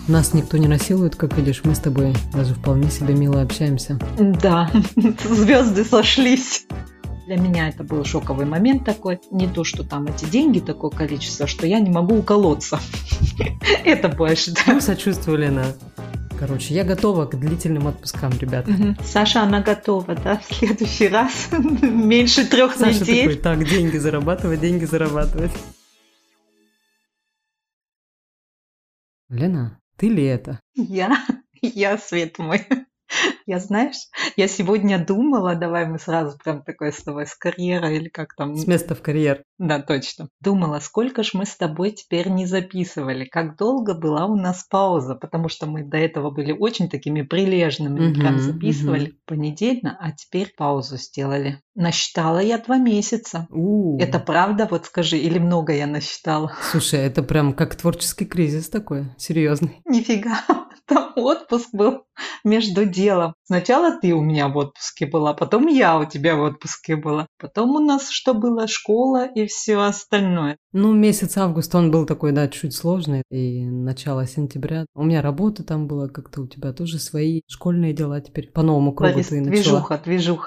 Нас никто не насилует, как видишь, мы с тобой даже вполне себе мило общаемся. Да, звезды сошлись. Для меня это был шоковый момент такой. Не то, что там эти деньги, такое количество, что я не могу уколоться. Это больше, да. Мы сочувствовали, Лена. Короче, я готова к длительным отпускам, ребят. Саша, она готова, да? В следующий раз меньше 3 Саша недель. такой, так, деньги зарабатывать. Лена, ты ли это? Я, свет мой. Я, знаешь, я сегодня думала, давай мы сразу прям такой с тобой с карьера или как там. С места в карьер. Да, точно. Думала, сколько ж мы с тобой теперь не записывали, как долго была у нас пауза, потому что мы до этого были очень такими прилежными, прям записывали понедельно, а теперь паузу сделали. Насчитала я 2 месяца. Это правда, вот скажи, или много я насчитала? Слушай, это прям как творческий кризис такой, серьезный. Нифига, там отпуск был между делом. Сначала ты у меня в отпуске была, потом я у тебя в отпуске была. Потом у нас что было? Школа и все остальное. Ну, месяц август, он был такой, да, чуть сложный. И начало сентября. У меня работа там была, как-то у тебя тоже свои школьные дела теперь по новому кругу Борис, ты начала.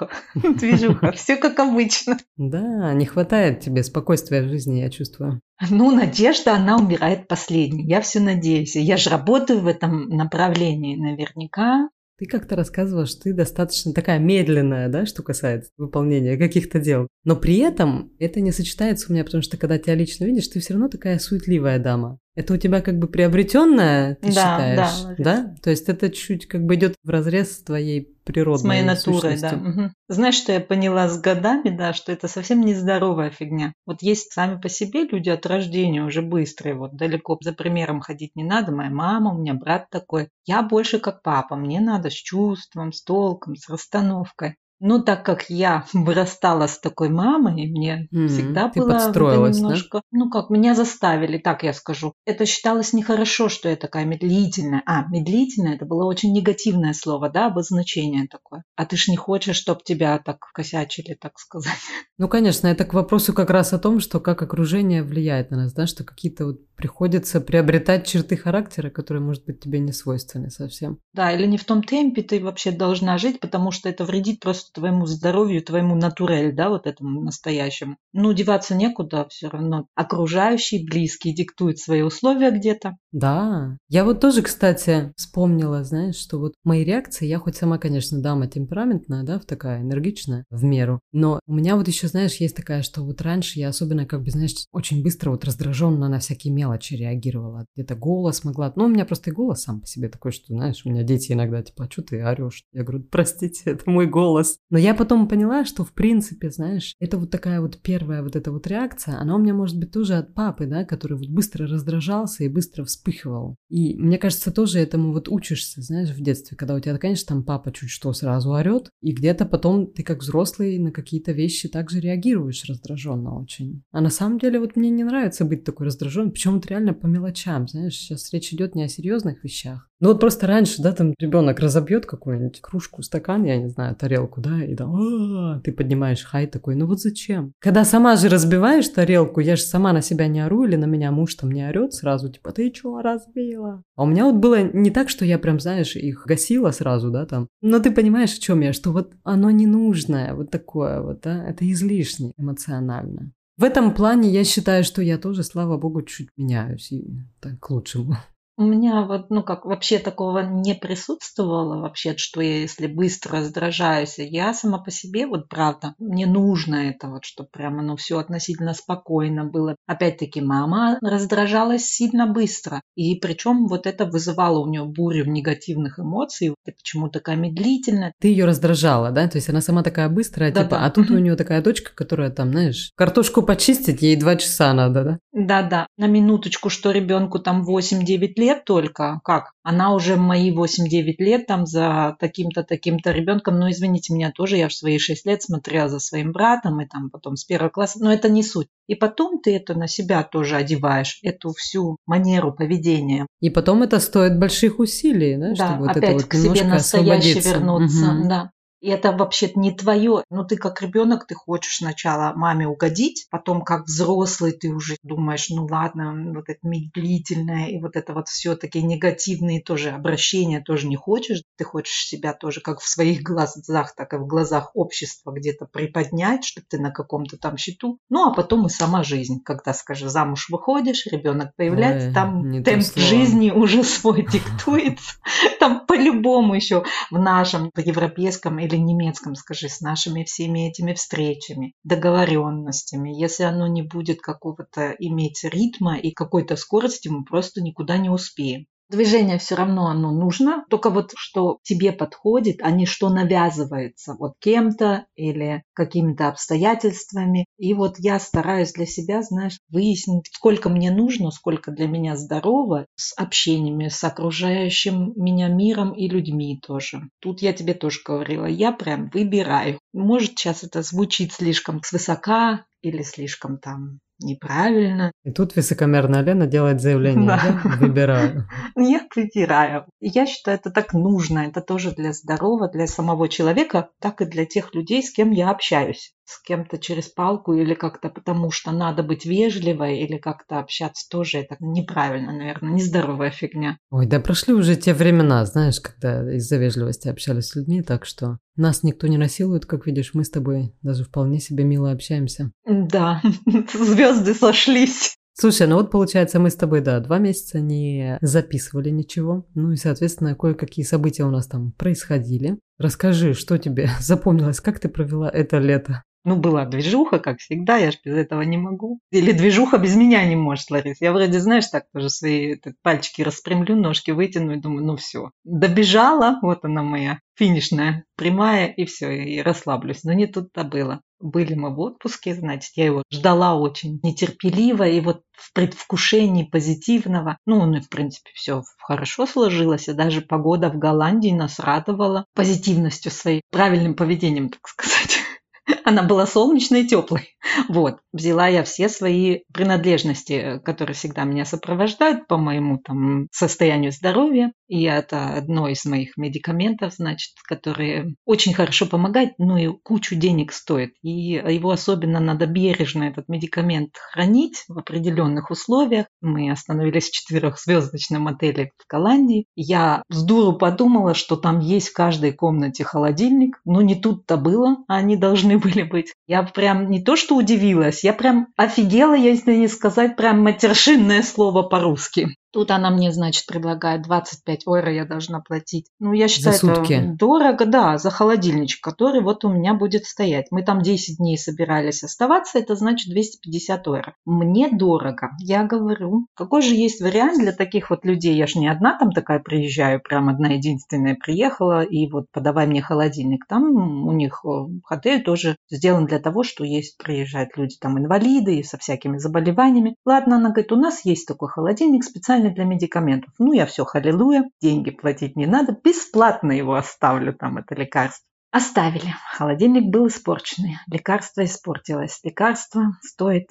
Движуха. Все как обычно. Да, не хватает тебе спокойствия в жизни, я чувствую. Ну, надежда, она умирает последней. Я все надеюсь. Я же работаю в этом направлении наверняка. Ты как-то рассказывала, что ты достаточно такая медленная, да, что касается выполнения каких-то дел. Но при этом это не сочетается у меня, потому что когда тебя лично видишь, ты все равно такая суетливая дама. Это у тебя как бы приобретенное, ты считаешь? Да. То есть это чуть как бы идет вразрез с твоей природной с моей натурой, сущностью. Да. Угу. Знаешь, что я поняла с годами, да, что это совсем нездоровая фигня. Вот есть сами по себе люди от рождения уже быстрые, вот далеко за примером ходить не надо. Моя мама, у меня брат такой. Я больше как папа, мне надо с чувством, с толком, с расстановкой. Ну, так как я вырастала с такой мамой, мне всегда ты было подстроилась, немножко... Да? Ну, как, меня заставили, так я скажу. Это считалось нехорошо, что я такая медлительная. Медлительная, это было очень негативное слово, да, обозначение такое. А ты ж не хочешь, чтобы тебя так косячили, так сказать. Ну, конечно, это к вопросу как раз о том, что как окружение влияет на нас, да, что какие-то вот приходится приобретать черты характера, которые, может быть, тебе не свойственны совсем. Да, или не в том темпе ты вообще должна жить, потому что это вредит просто твоему здоровью, твоему натурель, да, вот этому настоящему. Ну, деваться некуда все равно. Окружающие, близкие диктуют свои условия где-то. Да. Я вот тоже, кстати, вспомнила, знаешь, что вот мои реакции, я хоть сама, конечно, дама темпераментная, да, такая энергичная в меру, но у меня вот еще, знаешь, есть такая, что вот раньше я особенно, как бы, знаешь, очень быстро вот раздраженно на всякие мелочи реагировала. Где-то голос могла... Ну, у меня просто и голос сам по себе такой, что, знаешь, у меня дети иногда типа, а что ты орешь? Я говорю, простите, это мой голос. Но я потом поняла, что, в принципе, знаешь, это вот такая вот первая вот эта вот реакция, она у меня может быть тоже от папы, да, который вот быстро раздражался и быстро вспыхивал. И мне кажется, тоже этому вот учишься, знаешь, в детстве, когда у тебя, конечно, там папа чуть что сразу орет, и где-то потом ты как взрослый на какие-то вещи также реагируешь раздраженно очень. А на самом деле вот мне не нравится быть такой раздраженной, причем вот реально по мелочам, знаешь, сейчас речь идет не о серьезных вещах. Ну вот просто раньше, да, там ребенок разобьет какую-нибудь кружку, стакан, я не знаю, тарелку, да, и там ты поднимаешь хай такой, ну вот зачем? Когда сама же разбиваешь тарелку, я же сама на себя не ору, или на меня муж там не орет сразу, типа, ты чё разбила? А у меня вот было не так, что я прям, знаешь, их гасила сразу, да, там. Но ты понимаешь, в чем я, что вот оно ненужное, вот такое вот, да, это излишне эмоционально. В этом плане я считаю, что я тоже, слава богу, чуть меняюсь и так к лучшему. У меня вот, ну как, вообще такого не присутствовало вообще, что я если быстро раздражаюсь, я сама по себе, вот правда, мне нужно это вот, чтобы прямо, ну все относительно спокойно было. Опять-таки, мама раздражалась сильно быстро, и причем вот это вызывало у нее бурю негативных эмоций, ты почему такая медлительная. Ты ее раздражала, да? То есть она сама такая быстрая, Да, типа, да. А тут у нее такая дочка, которая там, знаешь, картошку почистить, ей 2 часа надо, да? Да-да, на минуточку, что ребенку там 8-9 лет только, как? Она уже мои 8-9 лет там за таким-то, таким-то ребенком, ну, извините меня тоже, я в свои 6 лет смотрела за своим братом, и там потом с 1 класса, но это не суть. И потом ты это на себя тоже одеваешь, эту всю манеру поведения. И потом это стоит больших усилий, да, Да, чтобы вот опять это вот к себе немножко настоящей освободиться. вернуться, да. И это вообще не твое. Ну, ты как ребенок, ты хочешь сначала маме угодить, потом как взрослый ты уже думаешь, ну ладно, вот это медлительное и вот это вот все такие негативные тоже обращения тоже не хочешь. Ты хочешь себя тоже как в своих глазах, так и в глазах общества где-то приподнять, чтобы ты на каком-то там счету. Ну, а потом и сама жизнь, когда, скажи, замуж выходишь, ребенок появляется, Ой, там не то темп слово. жизни уже свой диктуется. Там по-любому еще в нашем, в европейском или немецком, скажи, с нашими всеми этими встречами, договоренностями. Если оно не будет какого-то иметь ритма и какой-то скорости, мы просто никуда не успеем. Движение все равно оно нужно, только вот что тебе подходит, а не что навязывается вот кем-то или какими-то обстоятельствами. И вот я стараюсь для себя, знаешь, выяснить, сколько мне нужно, сколько для меня здорово с общениями, с окружающим меня миром и людьми тоже. Тут я тебе тоже говорила, я прям выбираю. Может, сейчас это звучит слишком свысока или слишком там неправильно. И тут высокомерная Лена делает заявление: Да. я выбираю. Я выбираю. Я считаю, это так нужно. Это тоже для здорового, для самого человека, так и для тех людей, с кем я общаюсь. С кем-то через палку или как-то потому, что надо быть вежливой или как-то общаться тоже. Это неправильно, наверное, нездоровая фигня. Ой, да прошли уже те времена, знаешь, когда из-за вежливости общались с людьми, так что нас никто не насилует, как видишь, мы с тобой даже вполне себе мило общаемся. Да, звезды сошлись. Слушай, ну вот получается, мы с тобой, да, 2 месяца не записывали ничего, ну и, соответственно, кое-какие события у нас там происходили. Расскажи, что тебе запомнилось, как ты провела это лето? Ну, была движуха, как всегда, я ж без этого не могу. Или движуха без меня не может, Ларис. Я вроде, знаешь, так тоже свои пальчики распрямлю, ножки вытяну и думаю, ну все. Добежала, вот она моя финишная прямая, и все, и расслаблюсь. Но не тут-то было. Были мы в отпуске, значит, я его ждала очень нетерпеливо, и вот в предвкушении позитивного, ну, в принципе, все хорошо сложилось, и даже погода в Голландии нас радовала позитивностью своей, правильным поведением, так сказать. Она была солнечной и теплой. Вот. Взяла я все свои принадлежности, которые всегда меня сопровождают по моему там состоянию здоровья. И это одно из моих медикаментов, значит, которые очень хорошо помогают, но и кучу денег стоит. И его особенно надо бережно, этот медикамент, хранить в определенных условиях. Мы остановились в 4-звездочном отеле в Голландии. Я с дуру подумала, что там есть в каждой комнате холодильник. Но не тут-то было, а они должны были быть. Я прям не то что удивилась, я прям офигела, если не сказать прям матершинное слово по-русски. Тут она мне, значит, предлагает 25 евро я должна платить. Ну, я считаю, За сутки? это дорого, да, за холодильничек, который вот у меня будет стоять. Мы там 10 дней собирались оставаться, это значит 250 евро. Мне дорого. Я говорю, какой же есть вариант для таких вот людей? Я же не одна там такая приезжаю, прям одна единственная приехала, и вот подавай мне холодильник. Там у них отель тоже сделан для того, что есть, приезжают люди там инвалиды и со всякими заболеваниями. Ладно, она говорит, у нас есть такой холодильник специально для медикаментов. Ну, я все, халилуя, деньги платить не надо, бесплатно его оставлю, там, это лекарство. Оставили. Холодильник был испорченный, лекарство испортилось. Лекарство стоит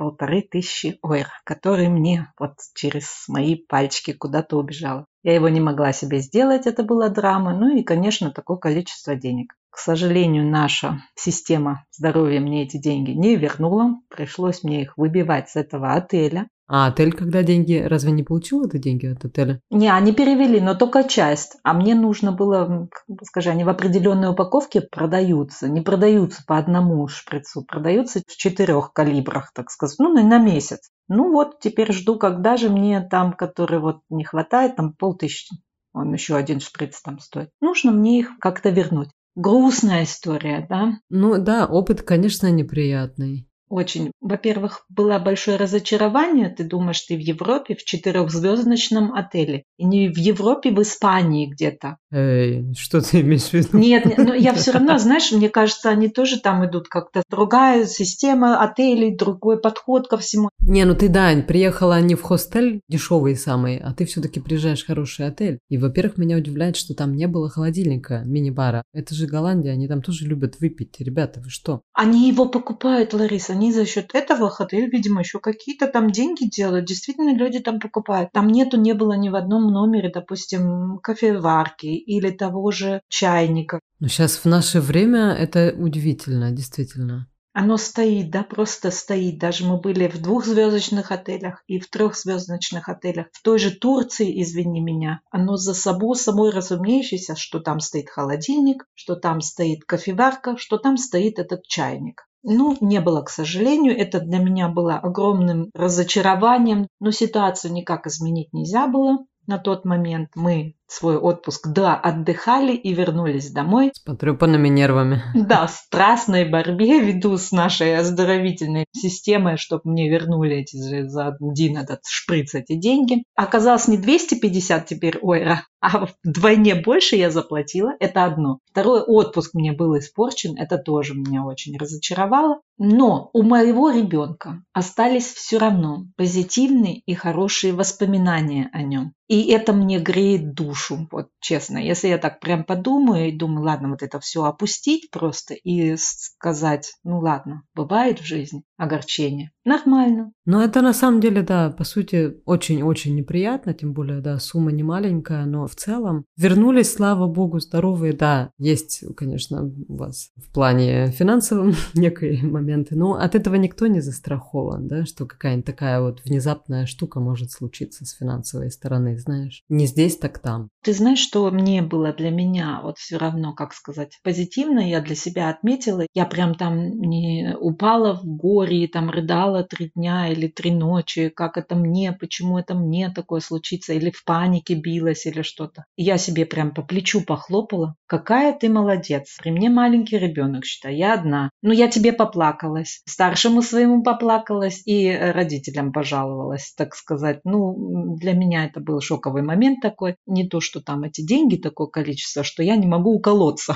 1500 евро, который мне вот через мои пальчики куда-то убежало. Я его не могла себе сделать, это была драма. Ну и, конечно, такое количество денег. К сожалению, наша система здоровья мне эти деньги не вернула. Пришлось мне их выбивать с этого отеля. А отель когда деньги? Разве не получил это деньги от отеля? Не, они перевели, но только часть. А мне нужно было, скажи, они в определенной упаковке продаются. Не продаются по одному шприцу, продаются в 4 калибрах, так сказать, ну, на месяц. Ну вот, теперь жду, когда же мне там, который вот не хватает, там 1500. Он еще один шприц там стоит. Нужно мне их как-то вернуть. Грустная история, да? Ну да, опыт, конечно, неприятный. Очень. Во-первых, было большое разочарование. Ты думаешь, ты в Европе, в 4-звездочном отеле. И не в Европе, в Испании где-то. Эй, что ты имеешь в виду? Нет, но я все равно, знаешь, мне кажется, они тоже там идут как-то. Другая система отелей, другой подход ко всему. Не, ну ты, Дань, приехала не в хостель дешевый самый, а ты все-таки приезжаешь в хороший отель. И, во-первых, меня удивляет, что там не было холодильника, мини-бара. Это же Голландия, они там тоже любят выпить. Ребята, вы что? Они его покупают, Лариса, они за счет этого хотели, видимо, еще какие-то там деньги делают. Действительно, люди там покупают. Там не было ни в одном номере, допустим, кофеварки или того же чайника. Но сейчас в наше время это удивительно, действительно. Оно стоит, да, просто стоит. Даже мы были в 2-звездочных отелях и в 3-звездочных отелях. В той же Турции, извини меня, оно за собой разумеющееся, что там стоит холодильник, что там стоит кофеварка, что там стоит этот чайник. Ну, не было, к сожалению. Это для меня было огромным разочарованием. Но ситуацию никак изменить нельзя было. На тот момент мы свой отпуск, да, отдыхали и вернулись домой. С потрепанными нервами. Да, в страстной борьбе веду с нашей оздоровительной системой, чтобы мне вернули эти же за один этот шприц эти деньги. Оказалось, не 250 теперь ойра, а вдвойне больше я заплатила. Это одно. Второй, отпуск мне был испорчен. Это тоже меня очень разочаровало. Но у моего ребенка остались все равно позитивные и хорошие воспоминания о нем. И это мне греет душу, вот честно. Если я так прям подумаю и думаю, ладно, вот это все опустить просто и сказать, ну ладно, бывает в жизни огорчение. Нормально. Но это на самом деле, да, по сути, очень-очень неприятно, тем более, да, сумма не маленькая, но в целом вернулись, слава богу, здоровые, да, есть, конечно, у вас в плане финансовом некие моменты, но от этого никто не застрахован, да, что какая-нибудь такая вот внезапная штука может случиться с финансовой стороны, знаешь, не здесь, так там. Ты знаешь, что мне было для меня вот все равно, как сказать, позитивно, я для себя отметила, я прям там не упала в горе, там рыдала 3 дня или 3 ночи, как это мне, почему это мне такое случится, или в панике билась, или что-то. И я себе прям по плечу похлопала. Какая ты молодец. При мне маленький ребенок, считай, я одна. Ну, я тебе поплакалась, старшему своему поплакалась и родителям пожаловалась, так сказать. Ну, для меня это был шоковый момент такой. Не то, что там эти деньги, такое количество, что я не могу уколоться.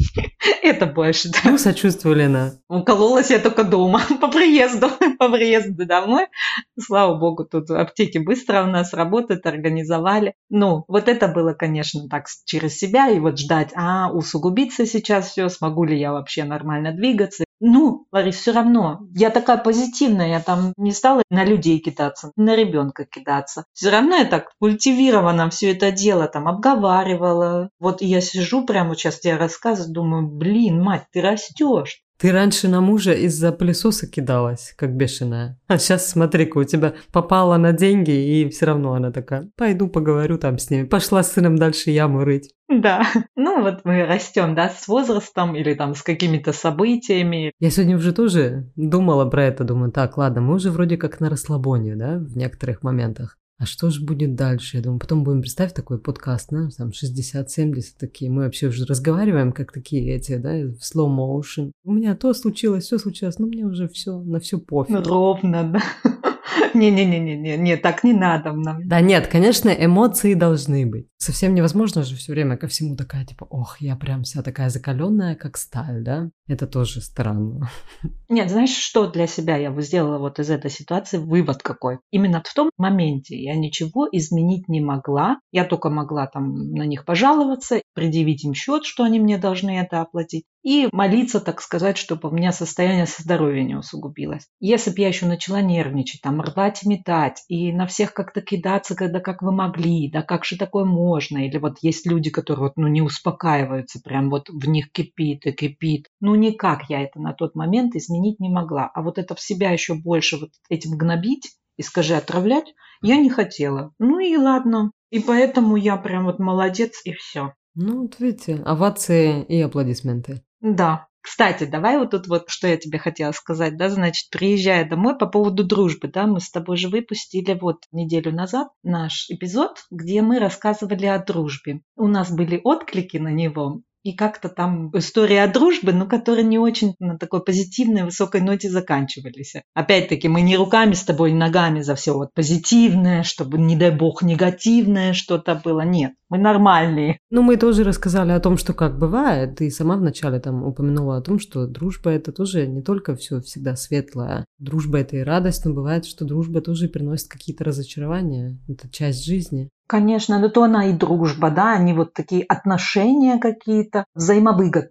Это больше, да. Ну, сочувствую, Лена. Укололась я только дома по приезду домой. Слава богу, тут аптеки быстро у нас работают, организовали. Ну, вот это было, конечно, так через себя. И вот ждать, усугубится сейчас все, смогу ли я вообще нормально двигаться. Ну, Ларис, все равно, я такая позитивная, я там не стала на людей кидаться, на ребенка кидаться. Все равно я так культивированно все это дело там обговаривала. Вот я сижу прямо вот сейчас тебе рассказываю, думаю, блин, мать, ты растешь. Ты раньше на мужа из-за пылесоса кидалась, как бешеная. А сейчас смотри-ка, у тебя попало на деньги, и все равно она такая, пойду поговорю там с ними. Пошла с сыном дальше яму рыть. Да, ну вот мы растем, да, с возрастом или там с какими-то событиями. Я сегодня уже тоже думала про это, думаю, так, ладно, мы уже вроде как на расслабоне, да, в некоторых моментах. А что же будет дальше? Я думаю, потом будем, представь, такой подкаст, да, там 60-70 такие. Мы вообще уже разговариваем, как такие эти, да, в slow motion. У меня то случилось, все случилось, но мне уже все, на все пофиг. Ровно, да. Не, так не надо нам. Да нет, конечно, эмоции должны быть. Совсем невозможно же все время ко всему такая, типа, ох, я прям вся такая закаленная, как сталь, да? Это тоже странно. Нет, знаешь, что для себя я бы сделала вот из этой ситуации, вывод какой? Именно в том моменте я ничего изменить не могла. Я только могла там на них пожаловаться, предъявить им счет, что они мне должны это оплатить, и молиться, так сказать, чтобы у меня состояние здоровья не усугубилось. Если бы я еще начала нервничать, там рвать и метать, и на всех как-то кидаться, когда как вы могли, да как же такое можно, или вот есть люди, которые вот, не успокаиваются, прям вот в них кипит и кипит. Ну никак я это на тот момент изменить не могла. А вот это в себя еще больше вот этим гнобить и, скажи, отравлять я не хотела. Ну и ладно. И поэтому я прям вот молодец и все. Ну, вот видите, овации и аплодисменты. Да. Кстати, давай вот тут вот, что я тебе хотела сказать, да, значит, приезжая домой по поводу дружбы, да, мы с тобой же выпустили вот неделю назад наш эпизод, где мы рассказывали о дружбе. У нас были отклики на него, и как-то там история о дружбе, но которые не очень на такой позитивной, высокой ноте заканчивались. Опять-таки, мы не руками с тобой, ногами за все вот позитивное, чтобы, не дай бог, негативное что-то было. Нет, мы нормальные. Ну, мы тоже рассказали о том, что как бывает. Ты сама вначале там упомянула о том, что дружба – это тоже не только все всегда светлое. Дружба – это и радость, но бывает, что дружба тоже приносит какие-то разочарования. Это часть жизни. Конечно, да то она и дружба, да, они вот такие отношения какие-то взаимовыгодные.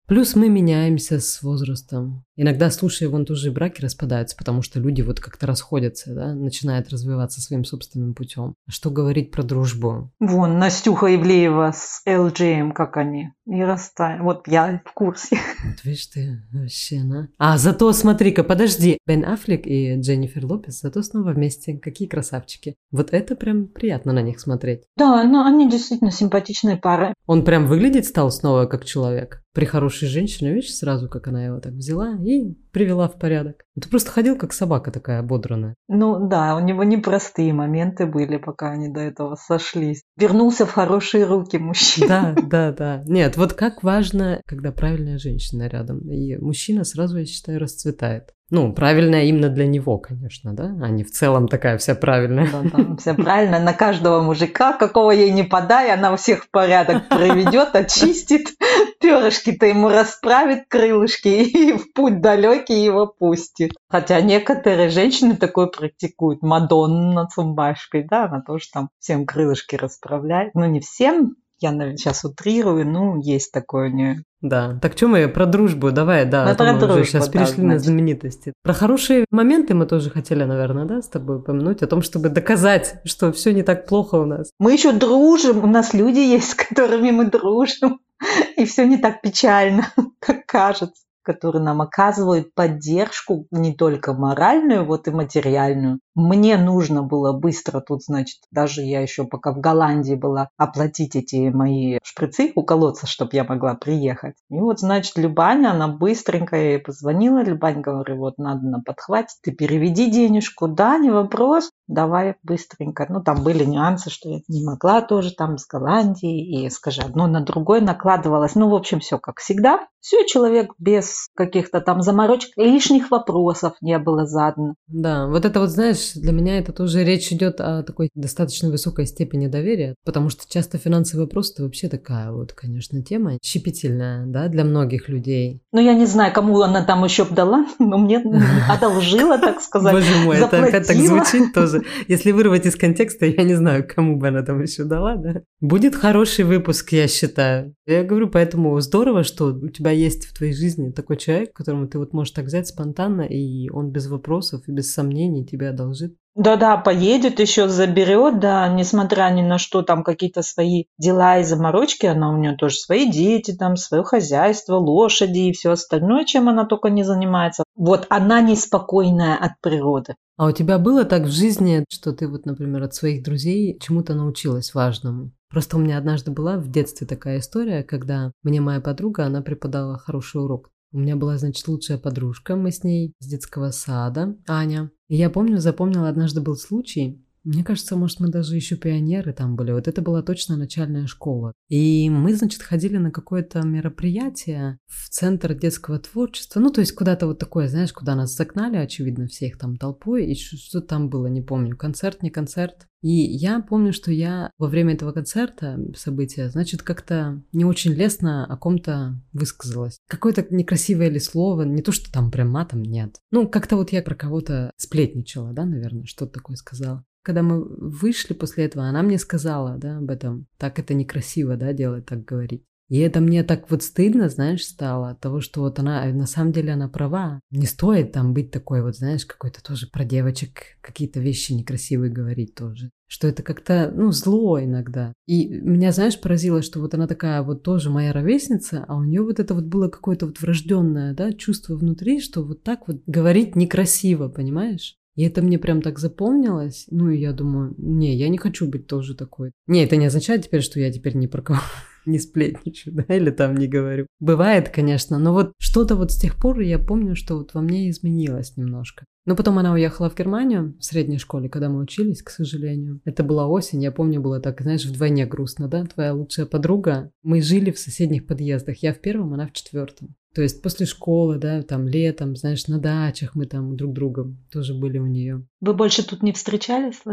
Плюс мы меняемся с возрастом. Иногда, слушай, вон тоже браки распадаются, потому что люди вот как-то расходятся, да, начинают развиваться своим собственным путем. Что говорить про дружбу? Вон, Настюха Ивлеева с LGM, как они, и растаяли. Вот я в курсе. Вот видишь ты, вообще, да? А зато, смотри-ка, подожди, Бен Аффлек и Дженнифер Лопес зато снова вместе. Какие красавчики. Вот это прям приятно на них смотреть. Да, но они действительно симпатичные пары. Он прям выглядеть стал снова как человек. При хорошей женщине, видишь, сразу как она его так взяла и привела в порядок. Ты просто ходил как собака такая ободранная. Ну да, у него непростые моменты были, пока они до этого сошлись. Вернулся в хорошие руки мужчина. Да. Нет, вот как важно, когда правильная женщина рядом. И мужчина сразу, я считаю, расцветает. Ну, правильная именно для него, конечно, да? А не в целом такая вся правильная. Да, все правильно. На каждого мужика, какого ей не подай, она у всех в порядок приведет, очистит, перышки-то ему расправит, крылышки, и в путь далекий его пустит. Хотя некоторые женщины такое практикуют. Мадонна Цумбашкой, да, она тоже там всем крылышки расправляет. Ну, не всем, я, наверное, сейчас утрирую, ну, есть такое у нее. Да, так что мы про дружбу, давай, да, Мы про мы уже дружбу, сейчас да, перешли на значит. знаменитости. Про хорошие моменты мы тоже хотели, наверное, да, с тобой упомянуть, о том, чтобы доказать, что все не так плохо у нас. Мы еще дружим, у нас люди есть, с которыми мы дружим, и все не так печально, как кажется, которые нам оказывают поддержку не только моральную, вот и материальную. Мне нужно было быстро тут, значит, даже я еще пока в Голландии была, оплатить эти мои шприцы, уколоться, чтобы я могла приехать. И вот, значит, Любаня, она быстренько, я ей позвонила, Любань, говорю, вот надо на подхвате, ты переведи денежку, да, не вопрос, давай быстренько. Ну, там были нюансы, что я не могла тоже там с Голландии, и, скажи, одно на другое накладывалось. Ну, в общем, все как всегда. Все, человек без каких-то там заморочек, лишних вопросов не было задано. Да, вот это вот, знаешь, для меня это тоже речь идет о такой достаточно высокой степени доверия, потому что часто финансовый вопрос – это вообще такая вот, конечно, тема щепетильная, да, для многих людей. Ну, я не знаю, кому она там еще б дала, но мне одолжила, так сказать, Боже мой, это опять так заплатила. звучит тоже. Если вырвать из контекста, я не знаю, кому бы она там еще дала, да. Будет хороший выпуск, я считаю. Я говорю, поэтому здорово, что у тебя есть в твоей жизни такой человек, которому ты вот можешь так взять спонтанно, и он без вопросов и без сомнений тебя одолжит. Да-да, поедет, еще заберет, да, несмотря ни на что, там какие-то свои дела и заморочки, она у нее тоже свои дети, там, свое хозяйство, лошади и все остальное, чем она только не занимается. Вот она неспокойная от природы. А у тебя было так в жизни, что ты вот, например, от своих друзей чему-то научилась важному? Просто у меня однажды была в детстве такая история, когда мне моя подруга, она преподала хороший урок. У меня была, значит, лучшая подружка, мы с ней с детского сада, Аня. И я помню, запомнила, однажды был случай, мне кажется, может, мы даже еще пионеры там были. Вот это была точно начальная школа. И мы, значит, ходили на какое-то мероприятие в Центр детского творчества. Ну, то есть куда-то вот такое, знаешь, куда нас загнали, очевидно, всех там толпой. И что там было, не помню. Концерт, не концерт. И я помню, что я во время этого концерта, события, значит, как-то не очень лестно о ком-то высказалась. Какое-то некрасивое ли слово, не то, что там прям матом, нет. Ну, как-то вот я про кого-то сплетничала, да, наверное, что-то такое сказала. Когда мы вышли после этого, она мне сказала, да, об этом. Так это некрасиво, да, делать, так говорить. И это мне так вот стыдно, знаешь, стало от того, что вот она, на самом деле она права. Не стоит там быть такой вот, знаешь, какой-то тоже про девочек какие-то вещи некрасивые говорить тоже. Что это как-то, ну, зло иногда. И меня, знаешь, поразило, что вот она такая вот тоже моя ровесница, а у нее вот это вот было какое-то вот врожденное, да, чувство внутри, что вот так вот говорить некрасиво, понимаешь? И это мне прям так запомнилось. Ну, и я думаю, не, я не хочу быть тоже такой. Не, это не означает теперь, что я теперь ни про кого не сплетничаю, да, или там не говорю. Бывает, конечно, но вот что-то вот с тех пор я помню, что вот во мне изменилось немножко. Но потом она уехала в Германию в средней школе, когда мы учились, к сожалению. Это была осень, я помню, было так, знаешь, вдвойне грустно, да? Твоя лучшая подруга. Мы жили в соседних подъездах. Я в первом, она в четвертом. То есть после школы, да, там летом, знаешь, на дачах мы там друг другом тоже были у нее. Вы больше тут не встречались, Лариса?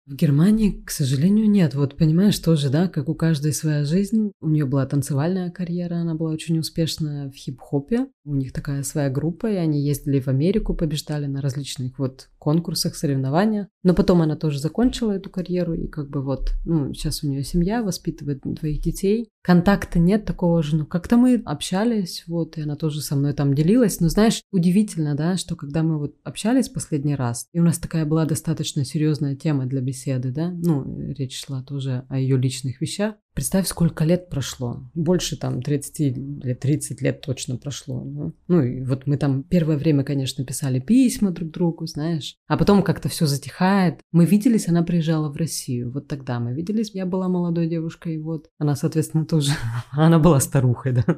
В Германии, к сожалению, нет. Вот понимаешь, тоже, да, как у каждой своя жизнь. У нее была танцевальная карьера, она была очень успешная в хип-хопе. У них такая своя группа, и они ездили в Америку, побеждали на различных вот конкурсах, соревнованиях. Но потом она тоже закончила эту карьеру, и как бы вот, ну, сейчас у нее семья, воспитывает двоих детей. Контакта нет такого же, ну, как-то мы общались, вот, и она тоже со мной там делилась. Но знаешь, удивительно, да, что когда мы вот общались последний раз, и у нас такая была достаточно серьезная тема для беседы, да, ну, речь шла тоже о ее личных вещах. Представь, сколько лет прошло. Больше там 30 или 30 лет точно прошло. Да? Ну и вот мы там первое время, конечно, писали письма друг другу, знаешь. А потом как-то все затихает. Мы виделись, она приезжала в Россию. Вот тогда мы виделись. Я была молодой девушкой, вот. Она, соответственно, тоже... Она была старухой, да.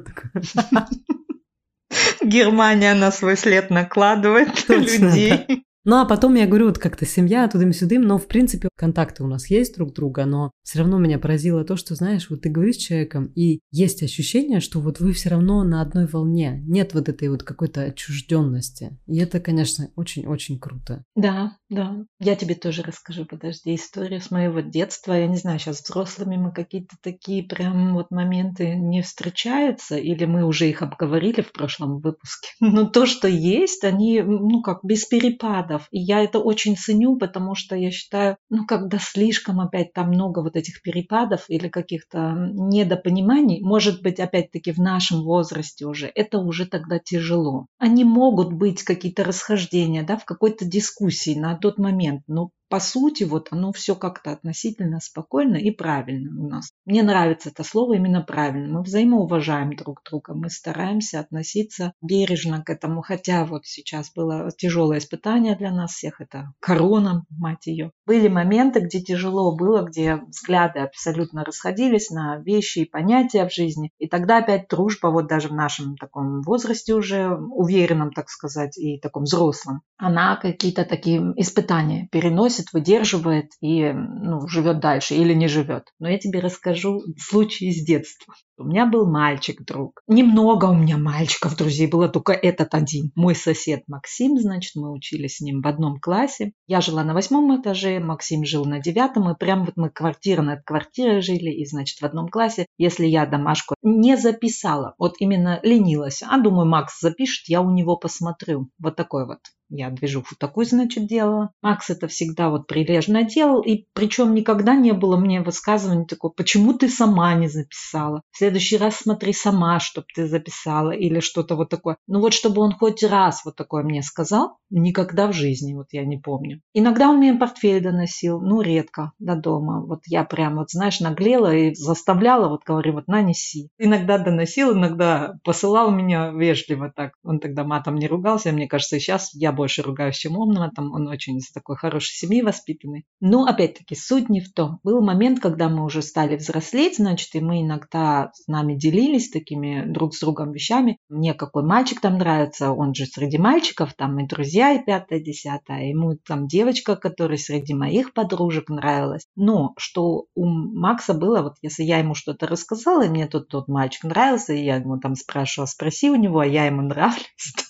Германия на свой след накладывает людей. Да. Ну, а потом, я говорю, вот как-то семья, тудым-сюдым, но, в принципе, контакты у нас есть друг друга, но все равно меня поразило то, что, знаешь, вот ты говоришь с человеком, и есть ощущение, что вот вы все равно на одной волне, нет вот этой вот какой-то отчужденности. И это, конечно, очень-очень круто. Да, да. Я тебе тоже расскажу, подожди, историю с моего детства. Я не знаю, сейчас взрослыми мы какие-то такие прям вот моменты не встречаются, или мы уже их обговорили в прошлом выпуске. Но то, что есть, они, ну, как без перепадов. И я это очень ценю, потому что я считаю, ну, когда слишком опять там много вот этих перепадов или каких-то недопониманий, может быть, опять-таки в нашем возрасте уже, это уже тогда тяжело. Они могут быть какие-то расхождения, да, в какой-то дискуссии на тот момент, но по сути, вот оно все как-то относительно спокойно и правильно у нас. Мне нравится это слово именно правильно. Мы взаимоуважаем друг друга, мы стараемся относиться бережно к этому. Хотя вот сейчас было тяжелое испытание для нас всех, это корона, мать ее. Были моменты, где тяжело было, где взгляды абсолютно расходились на вещи и понятия в жизни. И тогда опять дружба, вот даже в нашем таком возрасте уже, уверенном, так сказать, и таком взрослом, она какие-то такие испытания переносит, выдерживает и живет дальше или не живет. Но я тебе расскажу случай из детства. У меня был мальчик-друг. Немного у меня мальчиков, друзей, было только этот один. Мой сосед Максим, значит, мы учились с ним в одном классе. Я жила на 8 этаже, Максим жил на 9, и прям вот мы квартира над квартирой жили, и, значит, в одном классе. Если я домашку не записала, вот именно ленилась, думаю, Макс запишет, я у него посмотрю. Вот такой вот. Я движуху такую, значит, делала. Макс это всегда вот прилежно делал, и причем никогда не было мне высказывания такого, почему ты сама не записала? В следующий раз смотри сама, чтобы ты записала, или что-то вот такое. Ну вот, чтобы он хоть раз вот такое мне сказал, никогда в жизни, вот я не помню. Иногда он мне портфель доносил, редко до дома. Вот я прям, вот знаешь, наглела и заставляла, вот говорю, вот на, неси. Иногда доносил, иногда посылал меня вежливо так. Он тогда матом не ругался, мне кажется, и сейчас я больше ругаюсь, чем он матом. Он очень из такой хорошей семьи воспитанный. Но, опять-таки, суть не в том. Был момент, когда мы уже стали взрослеть, значит, и мы иногда с нами делились такими друг с другом вещами. Мне какой мальчик там нравится, он же среди мальчиков, там и друзья, и 5-10, ему там девочка, которая среди моих подружек нравилась. Но что у Макса было, вот если я ему что-то рассказала, и мне тот мальчик нравился, и я ему там спрашивала, спроси у него, а я ему нравлюсь,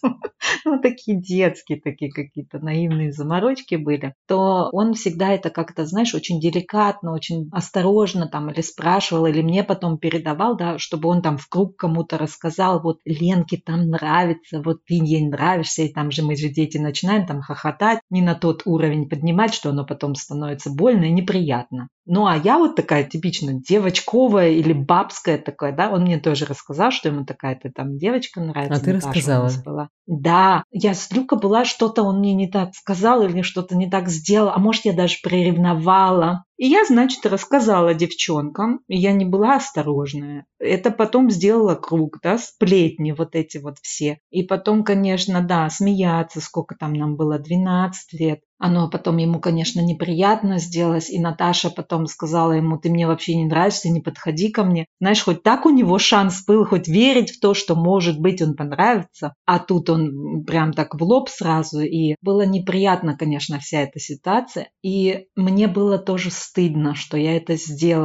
такие детские, такие какие-то наивные заморочки были, то он всегда это как-то, знаешь, очень деликатно, очень осторожно там или спрашивал, или мне потом передавал, да, чтобы он там в круг кому-то рассказал, вот Ленке там нравится, вот ты ей нравишься, и там же мы же дети начинаем там хохотать, не на тот уровень поднимать, что оно потом становится больно и неприятно. Ну, а я вот такая типично девочковая или бабская такая, да, он мне тоже рассказал, что ему такая-то там девочка нравится. А ты Наташа рассказала? у нас была. Да, я злюка была, что-то он мне не так сказал или что-то не так сделал, а может, я даже приревновала. И я, значит, рассказала девчонкам, и я не была осторожная. Это потом сделала круг, да, сплетни вот эти вот все. И потом, конечно, да, смеяться, сколько там нам было, 12 лет. Оно потом ему, конечно, неприятно сделалось, и Наташа потом сказала ему, ты мне вообще не нравишься, не подходи ко мне. Знаешь, хоть так у него шанс был, хоть верить в то, что, может быть, он понравится, а тут он прям так в лоб сразу, и было неприятно, конечно, вся эта ситуация, и мне было тоже стыдно, что я это сделала.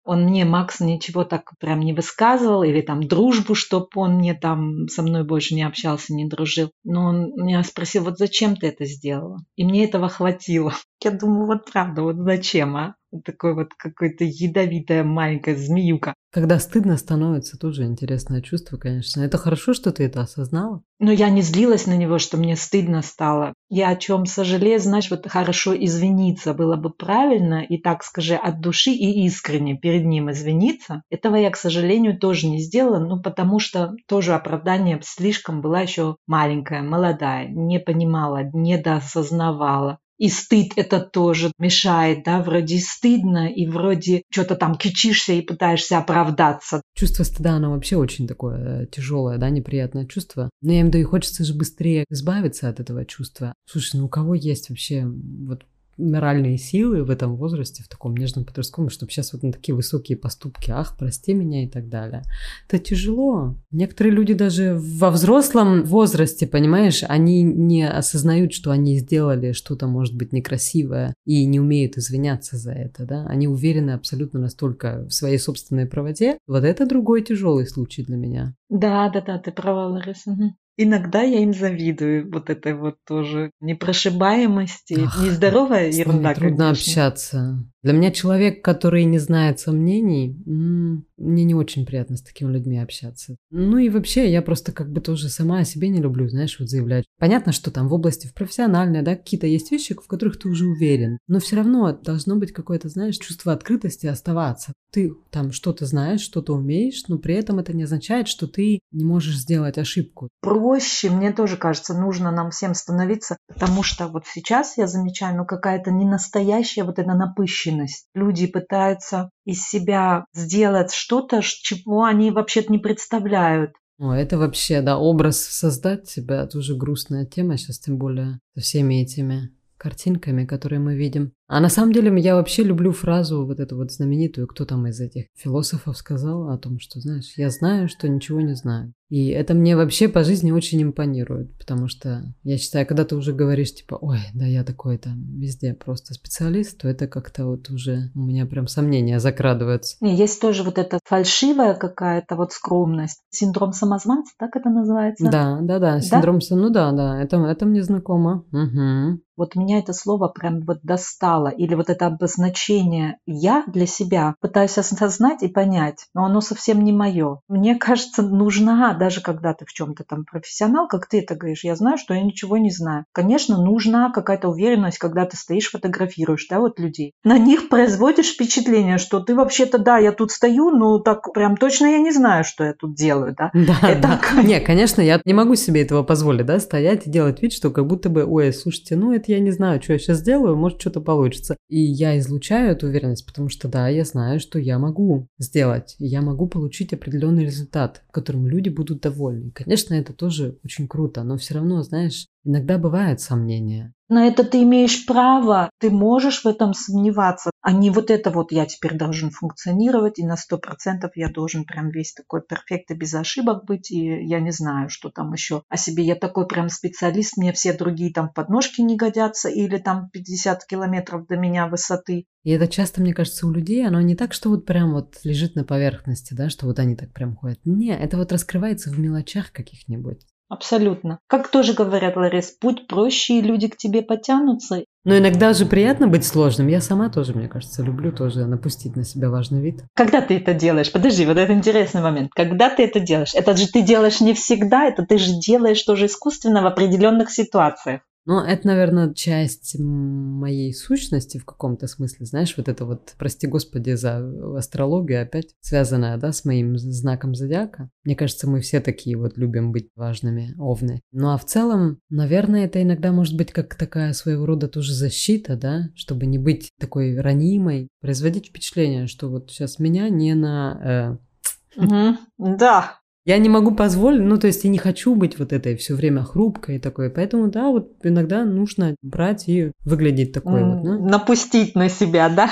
Он мне, Макс, ничего так прям не высказывал, или там дружбу, чтоб он мне там со мной больше не общался, не дружил. Но он меня спросил, вот зачем ты это сделала? И мне этого хватило. Я думаю, вот правда, вот зачем, а? Вот такой вот какой-то ядовитая маленькая змеюка. Когда стыдно становится, тоже интересное чувство, конечно. Это хорошо, что ты это осознала. Но я не злилась на него, что мне стыдно стало. Я о чем сожалею, знаешь, вот хорошо извиниться было бы правильно, и так скажи от души и искренне перед ним извиниться. Этого я, к сожалению, тоже не сделала, ну потому что тоже оправдание слишком была еще маленькая, молодая, не понимала, недоосознавала. И стыд это тоже мешает, да, вроде стыдно, и вроде что-то там кичишься и пытаешься оправдаться. Чувство стыда, оно вообще очень такое тяжелое, да, неприятное чувство. Но я имею в виду, и хочется же быстрее избавиться от этого чувства. Слушай, ну у кого есть вообще вот моральные силы в этом возрасте, в таком нежном подростковом, чтобы сейчас вот на такие высокие поступки, ах, прости меня и так далее. Это тяжело. Некоторые люди даже во взрослом возрасте, понимаешь, они не осознают, что они сделали что-то, может быть, некрасивое и не умеют извиняться за это, да. Они уверены абсолютно настолько в своей собственной правоте. Вот это другой тяжелый случай для меня. Да, ты права, Лариса. Иногда я им завидую, вот этой вот тоже непрошибаемости. Ах, нездоровая с ними ерунда, трудно конечно. общаться. Для меня человек, который не знает сомнений, мне не очень приятно с такими людьми общаться. Ну и вообще, я просто как бы тоже сама о себе не люблю, знаешь, вот заявлять. Понятно, что там в области в профессиональной, да, какие-то есть вещи, в которых ты уже уверен. Но все равно должно быть какое-то, знаешь, чувство открытости оставаться. Ты там что-то знаешь, что-то умеешь, но при этом это не означает, что ты не можешь сделать ошибку. Проще, мне тоже кажется, нужно нам всем становиться, потому что вот сейчас я замечаю, ну какая-то ненастоящая вот эта напыщенность. Люди пытаются из себя сделать что-то, чего они вообще-то не представляют. О, это вообще, да, образ создать себя, это уже грустная тема сейчас, тем более со всеми этими картинками, которые мы видим. А на самом деле я вообще люблю фразу вот эту вот знаменитую, кто там из этих философов сказал о том, что, знаешь, я знаю, что ничего не знаю. И это мне вообще по жизни очень импонирует, потому что я считаю, когда ты уже говоришь, типа, ой, да я такой там везде просто специалист, то это как-то вот уже у меня прям сомнения закрадываются. Не, есть тоже вот эта фальшивая какая-то вот скромность. Синдром самозванца, так это называется? Да, Да? синдром, ну да, это мне знакомо. Угу. Вот меня это слово прям вот достало. Или вот это обозначение «я» для себя пытаюсь осознать и понять, но оно совсем не мое. Мне кажется, нужна, даже когда ты в чем-то там профессионал, как ты это говоришь, я знаю, что я ничего не знаю. Конечно, нужна какая-то уверенность, когда ты стоишь, фотографируешь, да, вот людей. На них производишь впечатление, что ты вообще-то, да, я тут стою, но так прям точно я не знаю, что я тут делаю, да. Да. Не, конечно, я не могу себе этого позволить, да, стоять и делать вид, что как будто бы, ой, слушайте, ну это я не знаю, что я сейчас сделаю, может что-то получится. И я излучаю эту уверенность, потому что да, я знаю, что я могу сделать, и я могу получить определенный результат, которым люди будут довольны. Конечно, это тоже очень круто, но все равно, знаешь, иногда бывают сомнения. На это ты имеешь право, ты можешь в этом сомневаться, а не вот это вот я теперь должен функционировать, и на 100% я должен прям весь такой перфект и без ошибок быть, и я не знаю, что там еще о себе. Я такой прям специалист, мне все другие там подножки не годятся, или там 50 километров до меня высоты. И это часто, мне кажется, у людей, оно не так, что вот прям вот лежит на поверхности, да, что вот они так прям ходят. Не, это вот раскрывается в мелочах каких-нибудь. Абсолютно. Как тоже говорят, Ларис, будь проще, и люди к тебе потянутся. Но иногда же приятно быть сложным. Я сама тоже, мне кажется, люблю тоже напустить на себя важный вид. Когда ты это делаешь? Подожди, вот это интересный момент. Когда ты это делаешь? Это же ты делаешь не всегда, это ты же делаешь тоже искусственно в определенных ситуациях. Ну, это, наверное, часть моей сущности в каком-то смысле. Знаешь, вот это вот, прости господи за астрологию, опять связанная, да, с моим знаком зодиака. Мне кажется, мы все такие вот любим быть важными, овны. Ну, а в целом, наверное, это иногда может быть как такая своего рода тоже защита, да, чтобы не быть такой ранимой, производить впечатление, что вот сейчас меня не на... Да. Я не могу позволить, ну, то есть я не хочу быть вот этой все время хрупкой такой, поэтому, да, вот иногда нужно брать и выглядеть такой вот, да. Напустить на себя, да?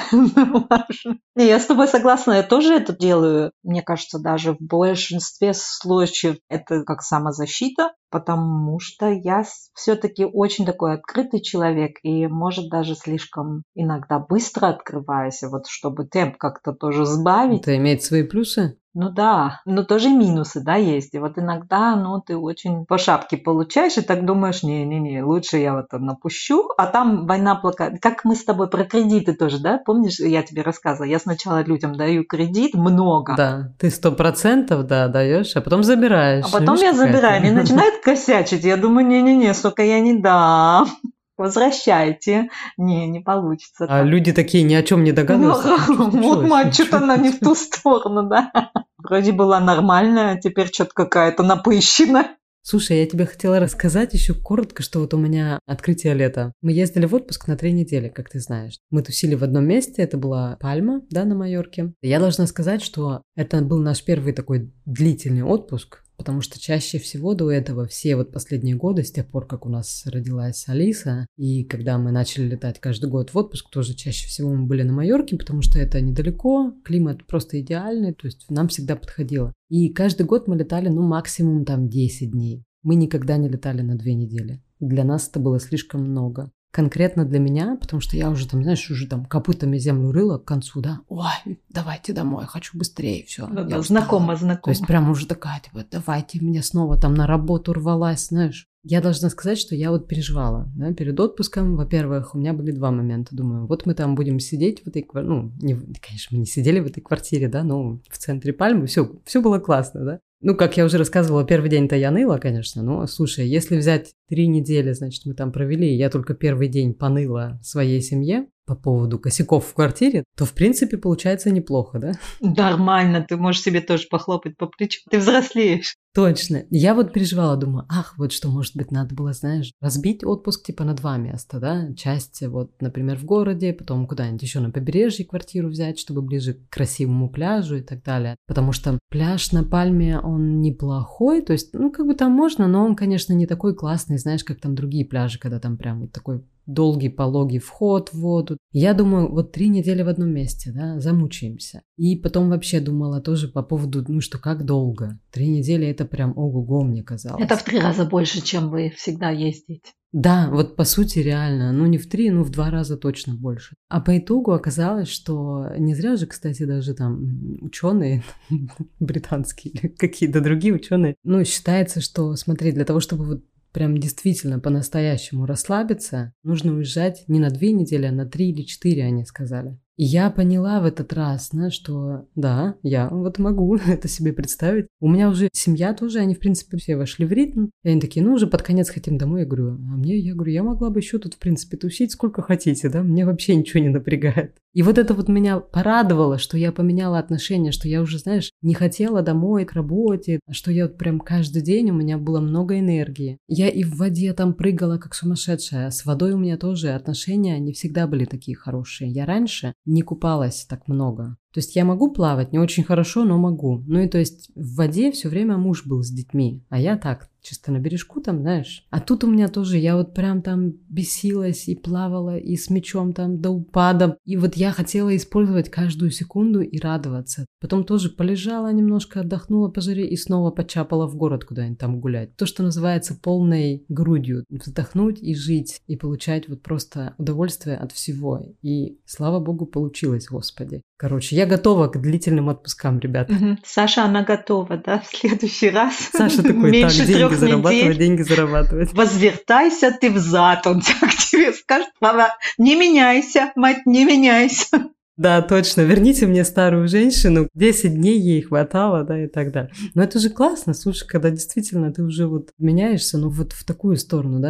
Не, я с тобой согласна, я тоже это делаю. Мне кажется, даже в большинстве случаев это как самозащита, потому что я все-таки очень такой открытый человек и, может, даже слишком иногда быстро открываюсь, вот чтобы темп как-то тоже сбавить. Это имеет свои плюсы? Ну да, но тоже минусы, да, есть. И вот иногда, ну, ты очень по шапке получаешь и так думаешь, не-не-не, лучше я вот там напущу, а там война плакат. Как мы с тобой про кредиты тоже, да? Помнишь, я тебе рассказывала, я сначала людям даю кредит много. Да, ты 100%, да, даешь, а потом забираешь. А потом я забираю, они начинают косячить, я думаю, не-не-не, столько я не дам. Возвращайте. Не получится. А люди такие ни о чем не догадываются. Вот, мать, что-то она не в ту сторону, да. Вроде была нормальная, а теперь что-то какая-то напыщенная. Слушай, я тебе хотела рассказать еще коротко, что вот у меня открытие лета. Мы ездили в отпуск на 3 недели, как ты знаешь. Мы тусили в одном месте, это была Пальма, да, на Майорке. Я должна сказать, что это был наш первый такой длительный отпуск, потому что чаще всего до этого все вот последние годы, с тех пор, как у нас родилась Алиса, и когда мы начали летать каждый год в отпуск, тоже чаще всего мы были на Майорке, потому что это недалеко, климат просто идеальный, то есть нам всегда подходило. И каждый год мы летали, ну, максимум там 10 дней. Мы никогда не летали на 2 недели. Для нас это было слишком много. Конкретно для меня, потому что я уже там, знаешь, уже там копытами землю рыла к концу, да, ой, давайте домой, хочу быстрее, все. Да, знакомо. То есть прям уже такая, типа, давайте мне снова там на работу рвалась, знаешь. Я должна сказать, что я вот переживала, да, перед отпуском. Во-первых, у меня были 2 момента. Думаю, вот мы там будем сидеть в этой квартире, ну, конечно, мы не сидели в этой квартире, да, но в центре Пальмы, все было классно, да. Ну, как я уже рассказывала, первый день-то я ныла, конечно, но, слушай, если взять 3 недели, значит, мы там провели, и я только первый день поныла своей семье по поводу косяков в квартире, то, в принципе, получается неплохо, да? Нормально, ты можешь себе тоже похлопать по плечу, ты взрослеешь. Точно. Я вот переживала, думаю, вот что, может быть, надо было, знаешь, разбить отпуск типа на 2 места, да? Часть вот, например, в городе, потом куда-нибудь еще на побережье квартиру взять, чтобы ближе к красивому пляжу и так далее. Потому что пляж на Пальме, он неплохой, то есть, ну, как бы там можно, но он, конечно, не такой классный, знаешь, как там другие пляжи, когда там прям вот такой долгий пологий вход в воду. Я думаю, вот 3 недели в одном месте, да, замучаемся. И потом вообще думала тоже по поводу, ну что, как долго? 3 недели это прям ого-го, мне казалось. Это в 3 раза больше, чем вы всегда ездите. Да, вот по сути реально, ну не в 3, ну в 2 раза точно больше. А по итогу оказалось, что не зря же, кстати, даже там ученые британские или какие-то другие ученые, ну считается, что, смотри, для того, чтобы вот прям действительно по-настоящему расслабиться, нужно уезжать не на 2 недели, а на 3 или 4, они сказали. И я поняла в этот раз, знаешь, что да, я вот могу это себе представить. У меня уже семья тоже, они, в принципе, все вошли в ритм. И они такие, ну, уже под конец хотим домой. Я говорю, я говорю, я могла бы еще тут, в принципе, тусить сколько хотите, да? Мне вообще ничего не напрягает. И вот это вот меня порадовало, что я поменяла отношение, что я уже, знаешь, не хотела домой, к работе, что я вот прям каждый день у меня было много энергии. Я и в воде там прыгала, как сумасшедшая. С водой у меня тоже отношения не всегда были такие хорошие. Я раньше не купалась так много. То есть я могу плавать, не очень хорошо, но могу. Ну и то есть в воде все время муж был с детьми, а я так, чисто на бережку там, знаешь. А тут у меня тоже, я вот прям там бесилась и плавала, и с мячом там до упада. И вот я хотела использовать каждую секунду и радоваться. Потом тоже полежала немножко, отдохнула по жаре и снова почапала в город куда-нибудь там гулять. То, что называется полной грудью. Вздохнуть и жить, и получать вот просто удовольствие от всего. И слава богу, получилось, Господи. Короче, я готова к длительным отпускам, ребята. Саша, она готова, да, в следующий раз. Саша такой, меньше так, 3 недель. деньги зарабатывать. Возвертайся ты взад, он так тебе скажет, мама, не меняйся, мать, не меняйся. Да, точно, верните мне старую женщину, 10 дней ей хватало, да, и так далее. Но это же классно, слушай, когда действительно ты уже вот меняешься, ну вот в такую сторону, да, что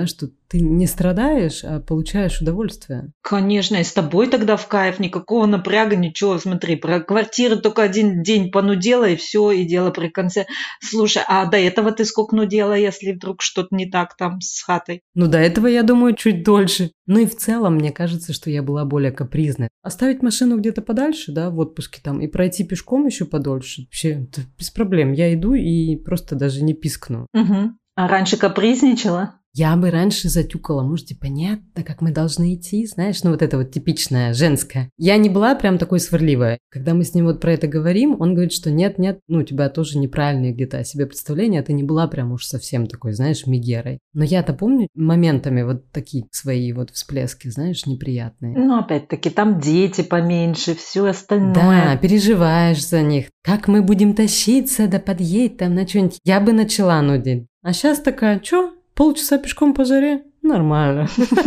ты не страдаешь, а получаешь удовольствие. Конечно, и с тобой тогда в кайф, никакого напряга, ничего. Смотри, про квартиру только один день понудела, и все, и дело при конце. Слушай, а до этого ты сколько нудела, если вдруг что-то не так там с хатой? Ну, до этого, я думаю, чуть дольше. Ну и в целом, мне кажется, что я была более капризной. Оставить машину где-то подальше, да, в отпуске там, и пройти пешком еще подольше, вообще это без проблем. Я иду и просто даже не пискну. Угу. А раньше капризничала? Я бы раньше затюкала, может, понятно, как мы должны идти, знаешь, ну вот это вот типичное, женское. Я не была прям такой сварливая. Когда мы с ним вот про это говорим, он говорит, что нет, ну у тебя тоже неправильные где-то о себе представления, ты не была прям уж совсем такой, знаешь, мегерой. Но я-то помню моментами вот такие свои вот всплески, знаешь, неприятные. Ну, опять-таки, там дети поменьше, все остальное. Да, переживаешь за них. Как мы будем тащиться, да подъедь там на что-нибудь. Я бы начала нудить. А сейчас такая, чё? Полчаса пешком по жаре? Нормально.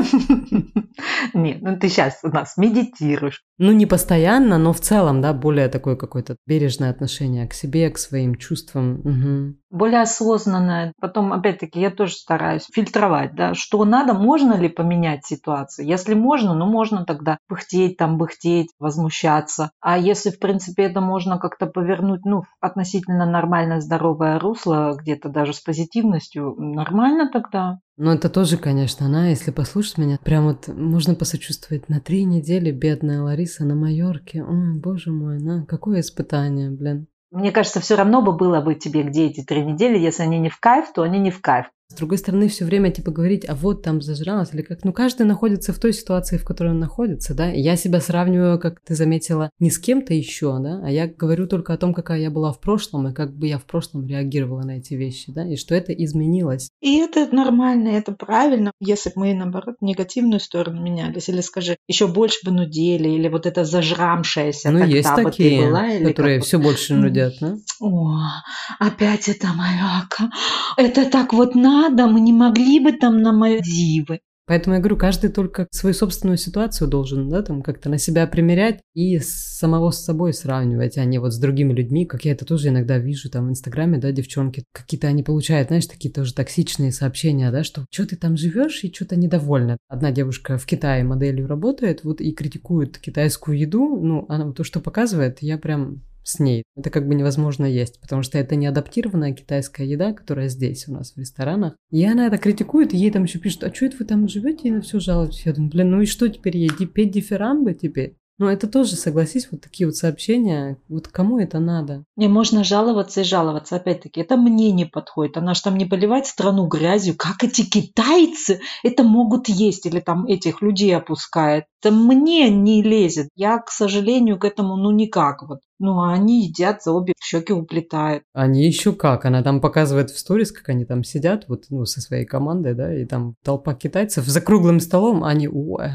Нет, ну ты сейчас у нас медитируешь. Ну, не постоянно, но в целом, да, более такое какое-то бережное отношение к себе, к своим чувствам. Угу. Более осознанное. Потом, опять-таки, я тоже стараюсь фильтровать, да, что надо, можно ли поменять ситуацию. Если можно, ну можно тогда пыхтеть, возмущаться. А если, в принципе, это можно как-то повернуть, ну, в относительно нормальное, здоровое русло, где-то даже с позитивностью, нормально тогда. Но это тоже, конечно, она, если послушать меня, прям вот можно посочувствовать. На 3 недели бедная Лариса на Майорке. Ой, боже мой, какое испытание, блин. Мне кажется, все равно бы было бы тебе, где эти 3 недели, если они не в кайф, то они не в кайф. С другой стороны, все время типа говорить, а вот там зажралась или как. Ну, каждый находится в той ситуации, в которой он находится, да. И я себя сравниваю, как ты заметила, не с кем-то еще, да, а я говорю только о том, какая я была в прошлом, и как бы я в прошлом реагировала на эти вещи, да, и что это изменилось. И это нормально, это правильно. Если бы мы, наоборот, негативную сторону менялись, или, скажи, еще больше бы нудели, или вот это зажрамшееся, Ну, тогда есть бы такие, ты была, или которые как все больше нудят, да? О, опять это Майорка. Это так вот надо, мы не могли бы там на Мальдивы. Поэтому я говорю, каждый только свою собственную ситуацию должен, да, там как-то на себя примерять и самого с собой сравнивать, а не вот с другими людьми, как я это тоже иногда вижу там в Инстаграме, да, девчонки, какие-то они получают, знаешь, такие тоже токсичные сообщения, да, что ты там живешь и что-то недовольна. Одна девушка в Китае моделью работает, вот и критикует китайскую еду, ну, она то, что показывает, я прям с ней. Это как бы невозможно есть, потому что это не адаптированная китайская еда, которая здесь у нас в ресторанах. И она это критикует, и ей там еще пишут, а что это вы там живете и на все жалуетесь? Я думаю, блин, ну и что теперь ей, петь дифирамбы теперь? Ну это тоже, согласись, вот такие вот сообщения, вот кому это надо? Не, можно жаловаться и жаловаться, опять-таки, это мне не подходит. Она же там не поливает страну грязью, как эти китайцы это могут есть, или там этих людей опускает. Это мне не лезет. Я, к сожалению, к этому, ну никак вот. Ну, а они едят, за обе щеки уплетают. Они еще как, она там показывает в сторис, как они там сидят, вот, ну, со своей командой, да, и там толпа китайцев за круглым столом, они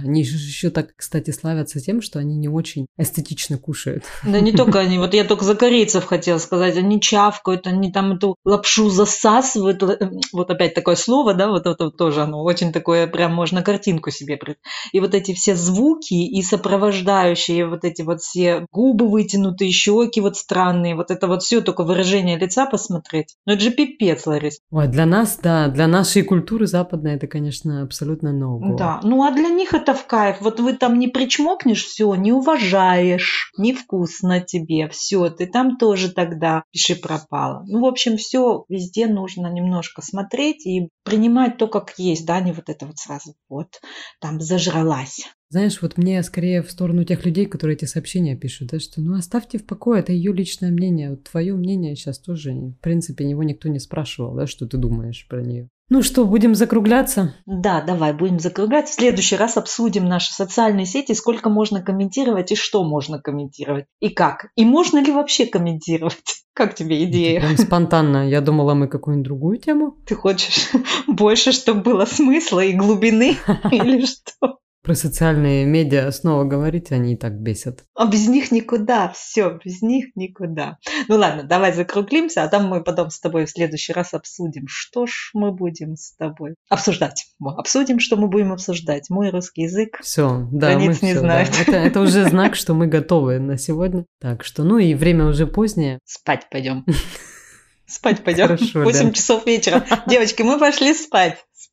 еще так, кстати, славятся тем, что они не очень эстетично кушают. Да не только они, вот я только за корейцев хотела сказать, они чавкают, они там эту лапшу засасывают, вот опять такое слово, да, вот это тоже оно очень такое, прям можно картинку себе представить. И вот эти все звуки и сопровождающие вот эти вот все губы вытянутые, щеки вот странные, вот это вот все только выражение лица посмотреть. Ну это же пипец, Ларис. Ой, для нас, да, для нашей культуры западной это, конечно, абсолютно no-go. Да, ну а для них это в кайф. Вот вы там не причмокнешь, все, не уважаешь, невкусно тебе, все, ты там тоже тогда пиши пропало. Ну, в общем, все везде нужно немножко смотреть и принимать то, как есть, да, не вот это вот сразу вот там зажралась. Знаешь, вот мне скорее в сторону тех людей, которые эти сообщения пишут, да, что ну оставьте в покое, это ее личное мнение. Вот твое мнение сейчас тоже, в принципе, него никто не спрашивал, да, что ты думаешь про нее. Ну что, будем закругляться? Да, давай, будем закруглять. В следующий раз обсудим наши социальные сети, сколько можно комментировать и что можно комментировать. И как. И можно ли вообще комментировать? Как тебе идея? Прям спонтанно. Я думала, мы какую-нибудь другую тему. Ты хочешь больше, чтобы было смысла и глубины? Или что? Про социальные медиа снова говорить, они и так бесят. А без них никуда, все, без них никуда. Ну ладно, давай закруглимся, а там мы потом с тобой в следующий раз обсудим, что ж мы будем с тобой обсуждать. Обсудим, что мы будем обсуждать. Мой русский язык. Все, да, границ мы не все, знает. да. Это уже знак, что мы готовы на сегодня. Так что, ну и время уже позднее. Спать пойдем. Спать пойдем. Хорошо, 8 да. часов вечера. Девочки, мы пошли спать.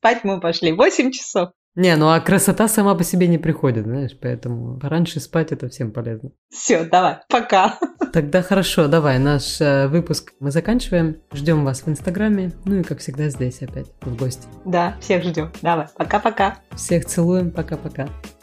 спать мы пошли 8 часов. Не, ну а красота сама по себе не приходит, знаешь, поэтому пораньше спать это всем полезно. Все, давай, пока. Тогда хорошо, давай, наш выпуск мы заканчиваем. Ждем вас в Инстаграме, ну и как всегда здесь опять в гости. Да, всех ждем. Давай, пока-пока. Всех целуем, пока-пока.